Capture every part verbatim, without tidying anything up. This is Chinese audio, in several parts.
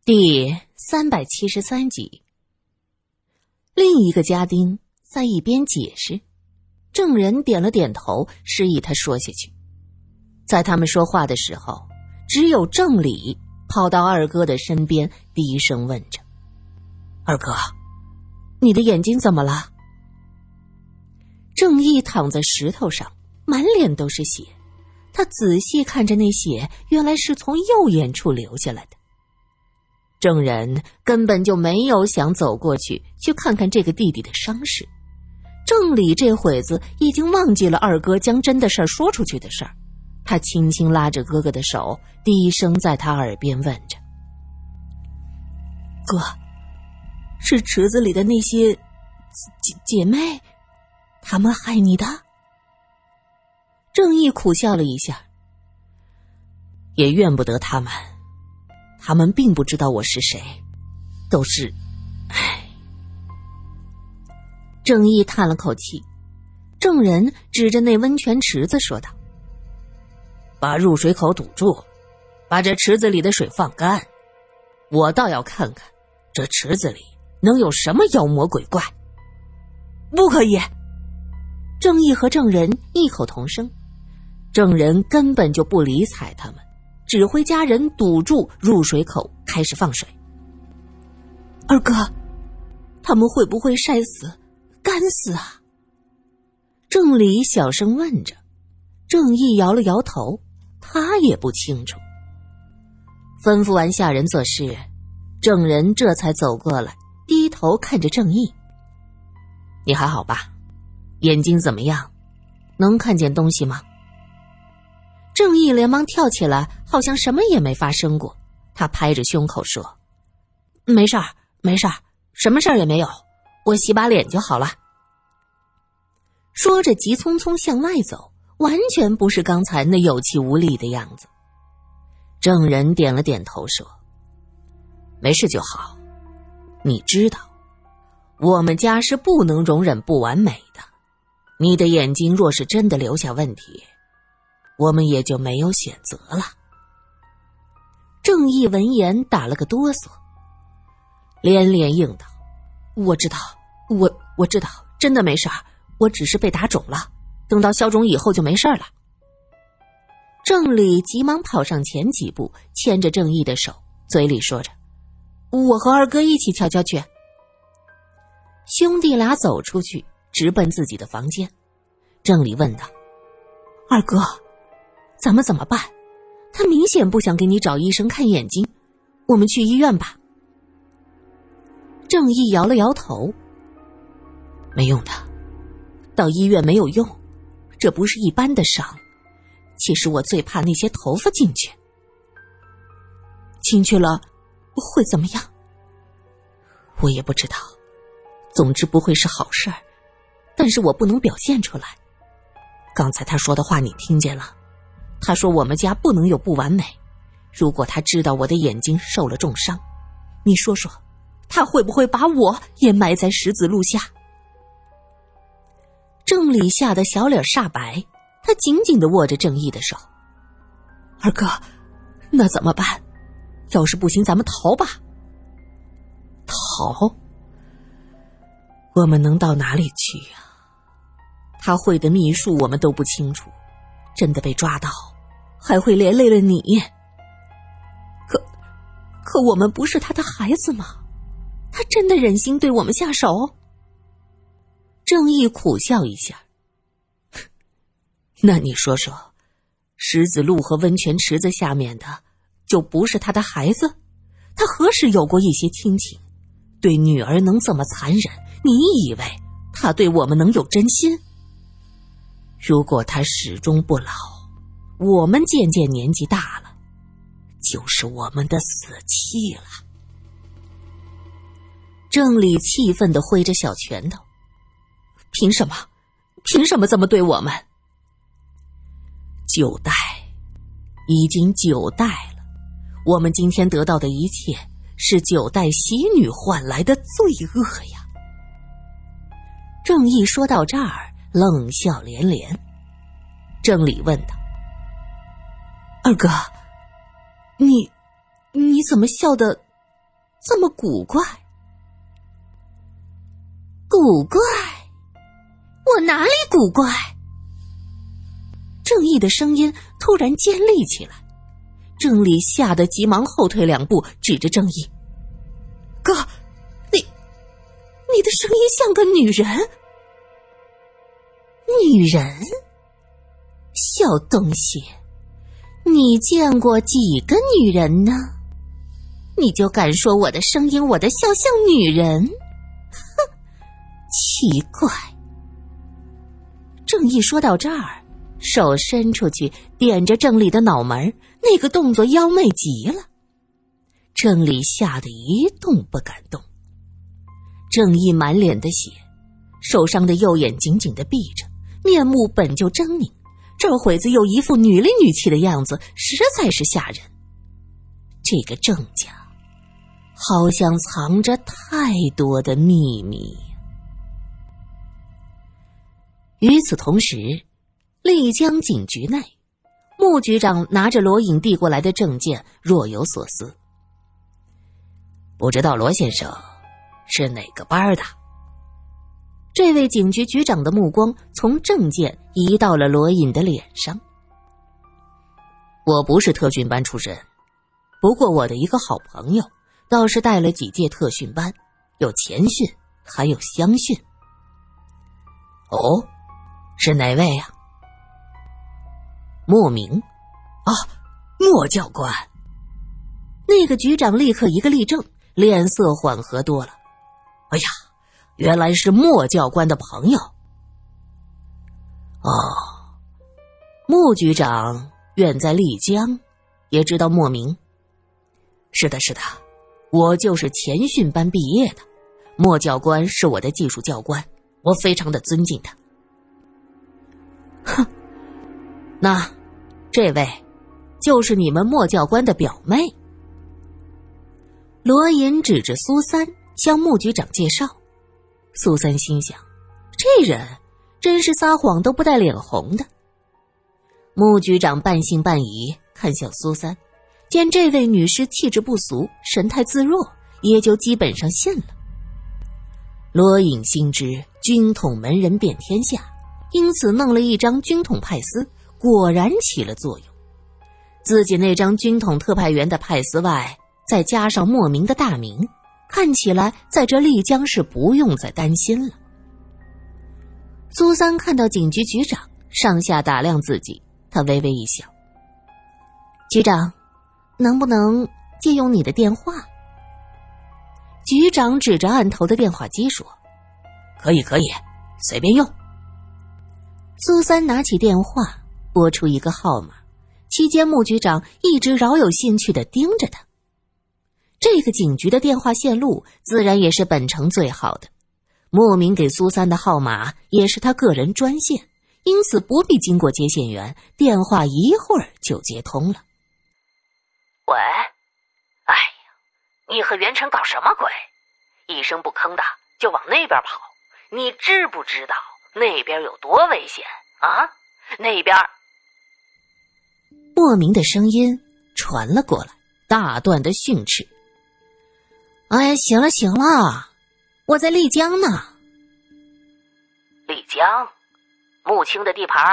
第三百七十三集。另一个家丁在一边解释，证人点了点头，示意他说下去。在他们说话的时候，只有郑理跑到二哥的身边，低声问着：“二哥，你的眼睛怎么了？”郑义躺在石头上，满脸都是血。他仔细看着那血，原来是从右眼处流下来的。证人根本就没有想走过去去看看这个弟弟的伤势。郑理这会子已经忘记了二哥将真的事儿说出去的事儿，他轻轻拉着哥哥的手，低声在他耳边问着：“哥，是池子里的那些姐姐妹，他们害你的？”郑义苦笑了一下：“也怨不得他们。他们并不知道我是谁，都是……唉。”郑义叹了口气，证人指着那温泉池子说道：“把入水口堵住，把这池子里的水放干，我倒要看看这池子里能有什么妖魔鬼怪。”“不可以！”郑义和证人异口同声。证人根本就不理睬他们，指挥家人堵住入水口，开始放水。“二哥，他们会不会晒死、干死啊？”郑理小声问着。郑义摇了摇头，他也不清楚。吩咐完下人做事，证人这才走过来，低头看着郑义：“你还好吧？眼睛怎么样？能看见东西吗？”郑义连忙跳起来，好像什么也没发生过。他拍着胸口说：“没事儿，没事儿，什么事儿也没有，我洗把脸就好了。”说着急匆匆向外走，完全不是刚才那有气无力的样子。证人点了点头说：“没事就好。你知道，我们家是不能容忍不完美的。你的眼睛若是真的留下问题，我们也就没有选择了。”郑义闻言打了个哆嗦，连连应道：“我知道，我我知道，真的没事儿，我只是被打肿了，等到消肿以后就没事了。”郑理急忙跑上前几步，牵着郑义的手，嘴里说着：“我和二哥一起瞧瞧去。”兄弟俩走出去，直奔自己的房间。郑理问道：“二哥，咱们怎么办？他明显不想给你找医生看眼睛，我们去医院吧。”郑义摇了摇头：“没用的，到医院没有用，这不是一般的伤。其实我最怕那些头发进去。进去了会怎么样？我也不知道，总之不会是好事儿，但是我不能表现出来。刚才他说的话你听见了，他说我们家不能有不完美，如果他知道我的眼睛受了重伤，你说说，他会不会把我也埋在石子路下？”郑理吓得小脸煞白，他紧紧地握着郑义的手：“二哥，那怎么办？要是不行，咱们逃吧。”“逃？我们能到哪里去呀？他会的秘术我们都不清楚，真的被抓到，还会连累了你。可，可我们不是他的孩子吗？他真的忍心对我们下手？”郑义苦笑一下：“那你说说，石子路和温泉池子下面的，就不是他的孩子？他何时有过一些亲情？对女儿能这么残忍？你以为他对我们能有真心？如果他始终不老，我们渐渐年纪大了，就是我们的死期了。”郑理气愤地挥着小拳头：“凭什么？凭什么这么对我们？九代，已经九代了，我们今天得到的一切，是九代喜女换来的罪恶呀。”郑义说到这儿，冷笑连连。郑理问道：“二哥，你你怎么笑得这么古怪？古怪？我哪里古怪？郑义的声音突然尖利起来，郑理吓得急忙后退两步，指着郑义：“哥，你你的声音像个女人。”女人？小东西，你见过几个女人呢？你就敢说我的声音我的笑像女人？哼，奇怪。郑义说到这儿，手伸出去点着郑理的脑门，那个动作妖媚极了。郑理吓得一动不敢动。郑义满脸的血，手上的右眼紧紧地闭着，面目本就狰狞，这会子又一副女里女气的样子，实在是吓人。这个郑家好像藏着太多的秘密。与此同时，丽江警局内，穆局长拿着罗颖递过来的证件，若有所思。不知道罗先生是哪个班的？这位警局局长的目光从证件移到了罗颖的脸上。我不是特训班出身，不过我的一个好朋友倒是带了几届特训班，有前训还有乡训。哦，是哪位呀？莫名。啊，莫教官。那个局长立刻一个立正，脸色缓和多了。哎呀，原来是莫教官的朋友。哦，穆局长远在丽江，也知道莫名。是的是的，我就是前训班毕业的，莫教官是我的技术教官，我非常的尊敬他。哼，那这位就是你们莫教官的表妹。罗隐指着苏三向穆局长介绍。苏三心想，这人真是撒谎都不带脸红的。穆局长半信半疑看向苏三，见这位女士气质不俗，神态自若，也就基本上信了。罗隐心知军统门人遍天下，因此弄了一张军统派司，果然起了作用。自己那张军统特派员的派司外，再加上莫名的大名，看起来在这丽江是不用再担心了。苏三看到警局局长上下打量自己，他微微一笑。局长，能不能借用你的电话？局长指着案头的电话机说。可以可以，随便用。苏三拿起电话拨出一个号码，期间穆局长一直饶有兴趣地盯着他。这个警局的电话线路自然也是本城最好的，莫名给苏三的号码也是他个人专线，因此不必经过接线员，电话一会儿就接通了。 喂，哎呀，你和袁晨搞什么鬼？一声不吭的就往那边跑，你知不知道那边有多危险啊？那边…… 莫名的声音传了过来，大段的训斥。哎，行了行了，我在丽江呢。 丽江？穆青的地盘？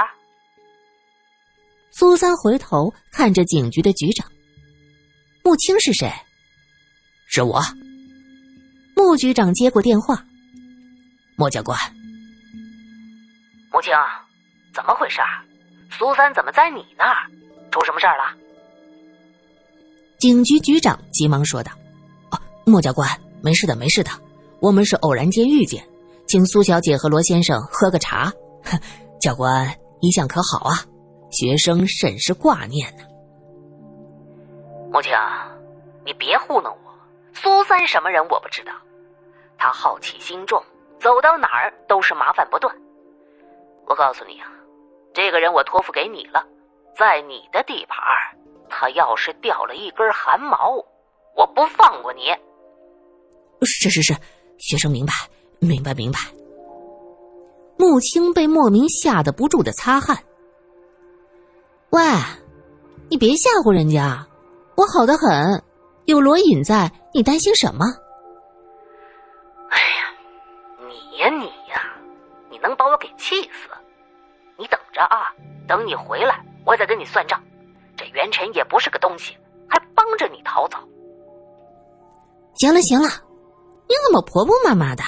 苏三回头看着警局的局长。穆青是谁？ 是我。 穆局长接过电话。 莫教官。 穆青，怎么回事？苏三怎么在你那儿？出什么事儿了？ 警局局长急忙说道。 莫教官，没事的没事的，我们是偶然间遇见，请苏小姐和罗先生喝个茶。教官一向可好啊？学生甚是挂念呢。 穆青，你别糊弄我，苏三什么人我不知道，他好奇心重，走到哪儿都是麻烦不断。我告诉你啊，这个人我托付给你了，在你的地盘，他要是掉了一根汗毛，我不放过你。 是是是，学生明白明白明白。 穆青被莫名吓得不住的擦汗。喂，你别吓唬人家，我好得很， 有罗隐在，你担心什么？ 哎呀，你呀你呀，你能把我给气死！你等着啊，等你回来，我再跟你算账。这元辰也不是个东西，还帮着你逃走。 行了行了，你怎么婆婆妈妈的？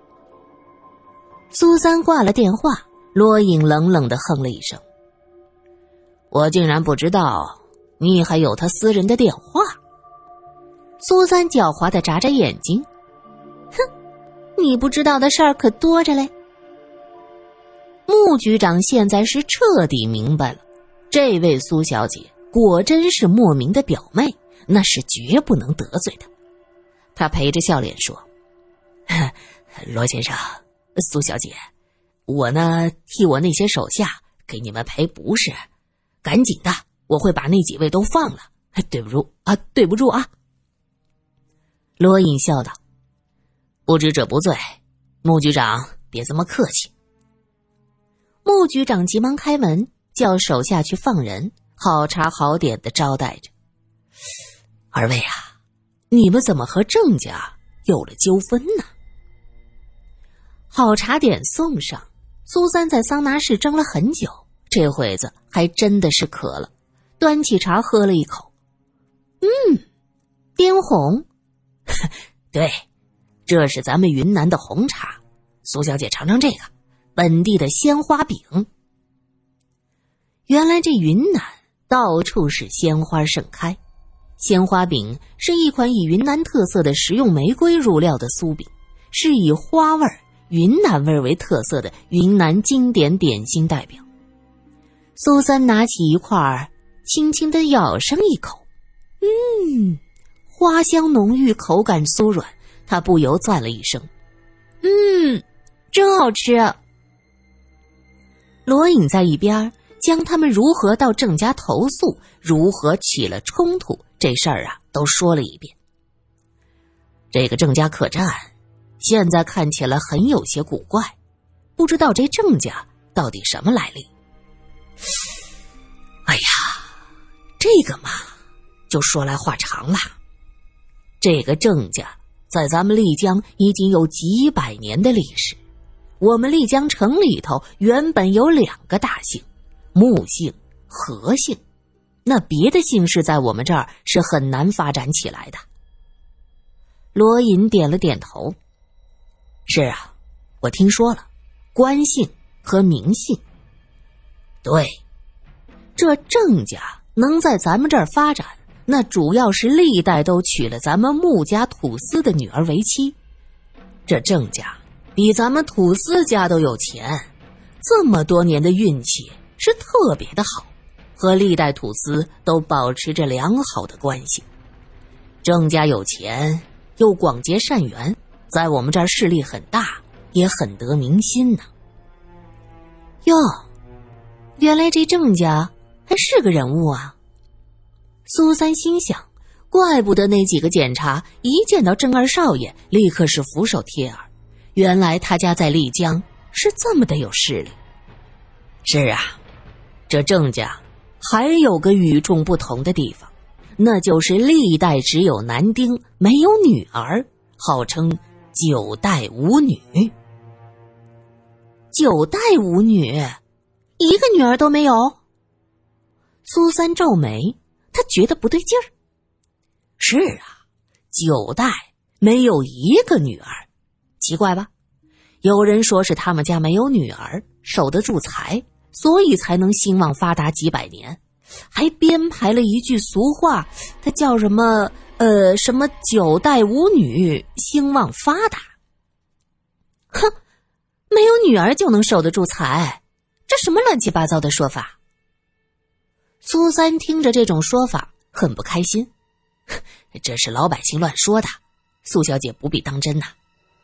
苏三挂了电话，罗隐冷冷地哼了一声。我竟然不知道你还有他私人的电话。苏三狡猾地眨眨眼睛，哼，你不知道的事儿可多着嘞。穆局长现在是彻底明白了，这位苏小姐果真是莫名的表妹，那是绝不能得罪的。他陪着笑脸说，罗先生，苏小姐，我呢替我那些手下给你们赔不是，赶紧的，我会把那几位都放了，对不住啊，对不住啊。罗隐笑道，不知者不罪，穆局长别这么客气。穆局长急忙开门，叫手下去放人，好茶好点的招待着。二位啊，你们怎么和郑家有了纠纷呢？好茶点送上，苏三在桑拿室蒸了很久，这会子还真的是渴了，端起茶喝了一口。嗯，滇红。对，这是咱们云南的红茶，苏小姐尝尝这个本地的鲜花饼。原来这云南到处是鲜花盛开，鲜花饼是一款以云南特色的食用玫瑰入料的酥饼，是以花味、云南味为特色的云南经典点心代表。苏三拿起一块，轻轻地咬上一口，嗯，花香浓郁，口感酥软，他不由赞了一声，嗯，真好吃。罗隐在一边将他们如何到郑家投诉，如何起了冲突这事儿啊都说了一遍。这个郑家客栈现在看起来很有些古怪，不知道这郑家到底什么来历。哎呀，这个嘛就说来话长了。这个郑家在咱们丽江已经有几百年的历史，我们丽江城里头原本有两个大姓，穆姓、何姓，那别的姓氏在我们这儿是很难发展起来的。罗隐点了点头，是啊，我听说了，官姓和名姓。对，这郑家能在咱们这儿发展，那主要是历代都娶了咱们穆家土司的女儿为妻。这郑家比咱们土司家都有钱，这么多年的运气是特别的好，和历代土司都保持着良好的关系。郑家有钱，又广结善缘，在我们这儿势力很大，也很得民心呢。哟，原来这郑家还是个人物啊。苏三心想，怪不得那几个检察一见到郑二少爷立刻是俯首帖耳，原来他家在丽江是这么的有势力。是啊，这郑家还有个与众不同的地方，那就是历代只有男丁没有女儿，号称九代无女。九代无女，一个女儿都没有？苏三皱眉，他觉得不对劲儿。是啊，九代没有一个女儿，奇怪吧？有人说是他们家没有女儿，守得住财，所以才能兴旺发达几百年，还编排了一句俗话，它叫什么呃什么九代无女，兴旺发达。哼，没有女儿就能守得住财，这什么乱七八糟的说法？苏三听着这种说法很不开心，这是老百姓乱说的，苏小姐不必当真呐、啊。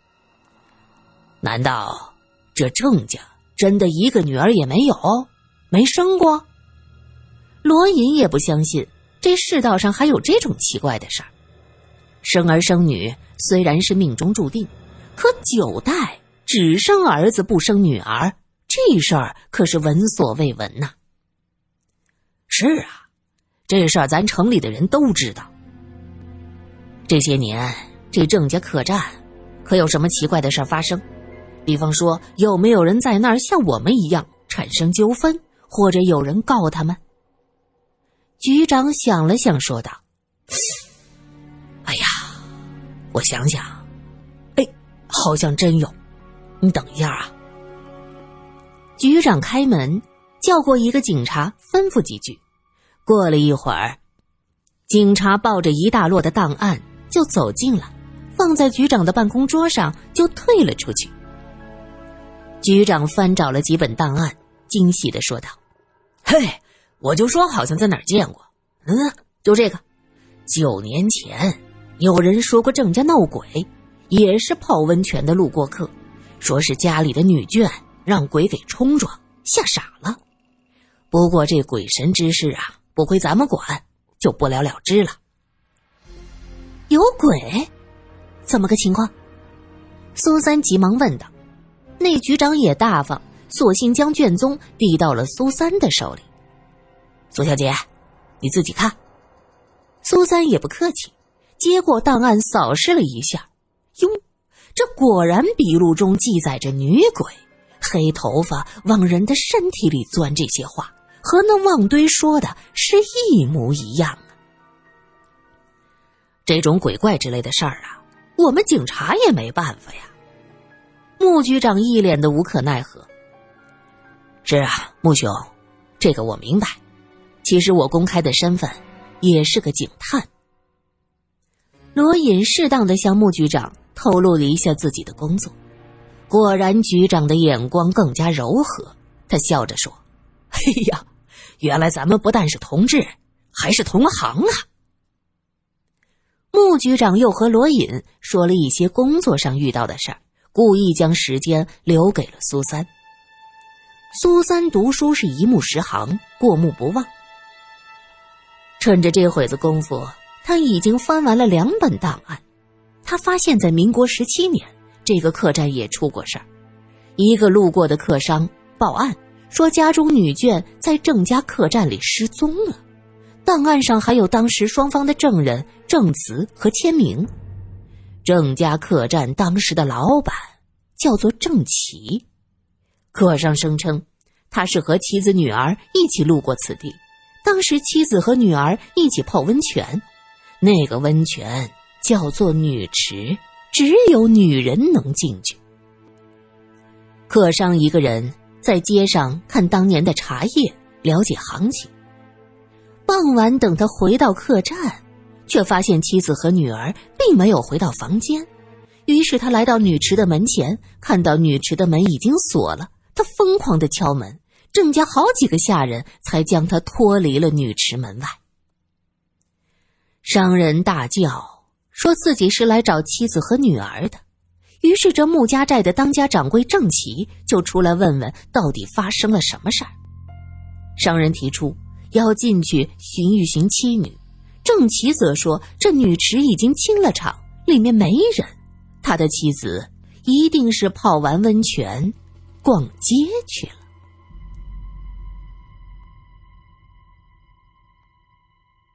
难道这郑家真的一个女儿也没有，没生过？罗隐也不相信这世道上还有这种奇怪的事儿。生儿生女虽然是命中注定，可九代只生儿子不生女儿，这事儿可是闻所未闻呐、啊。是啊，这事儿咱城里的人都知道。 这些年这郑家客栈可有什么奇怪的事发生？比方说有没有人在那儿像我们一样产生纠纷，或者有人告他们？局长想了想说道：哎呀，我想想，哎，好像真有。你等一下啊。局长开门，叫过一个警察，吩咐几句。过了一会儿，警察抱着一大摞的档案就走近了，放在局长的办公桌上，就退了出去。局长翻找了几本档案，惊喜地说道：嘿，我就说好像在哪儿见过。嗯，就这个。九年前有人说过郑家闹鬼，也是泡温泉的路过客，说是家里的女眷让鬼给冲撞，吓傻了。不过这鬼神之事啊，不归咱们管，就不了了之了。有鬼？怎么个情况？苏三急忙问道。那局长也大方，索性将卷宗递到了苏三的手里。苏小姐，你自己看。苏三也不客气，接过档案扫视了一下。哟，这果然笔录中记载着女鬼，黑头发往人的身体里钻，这些话和那旺堆说的是一模一样啊。这种鬼怪之类的事儿啊，我们警察也没办法呀。穆局长一脸的无可奈何。是啊，穆兄，这个我明白。其实我公开的身份也是个警探。罗隐适当地向穆局长透露了一下自己的工作。果然局长的眼光更加柔和，他笑着说：哎呀，原来咱们不但是同志，还是同行啊。穆局长又和罗隐说了一些工作上遇到的事儿，故意将时间留给了苏三。苏三读书是一目十行，过目不忘。趁着这会子功夫，他已经翻完了两本档案。他发现在民国十七年，这个客栈也出过事儿。一个路过的客商报案说家中女眷在郑家客栈里失踪了，档案上还有当时双方的证人证词和签名。郑家客栈当时的老板叫做郑琦，客上声称他是和妻子女儿一起路过此地，当时妻子和女儿一起泡温泉，那个温泉叫做女池，只有女人能进去。客商一个人在街上看当年的茶叶，了解行情。傍晚等他回到客栈，却发现妻子和女儿并没有回到房间。于是他来到女池的门前，看到女池的门已经锁了，他疯狂地敲门，郑家好几个下人才将他脱离了女池门外。商人大叫，说自己是来找妻子和女儿的。于是这穆家寨的当家掌柜郑琦就出来问问到底发生了什么事儿。商人提出要进去寻一寻妻女，郑琦则说这女池已经清了场，里面没人，他的妻子一定是泡完温泉逛街去了。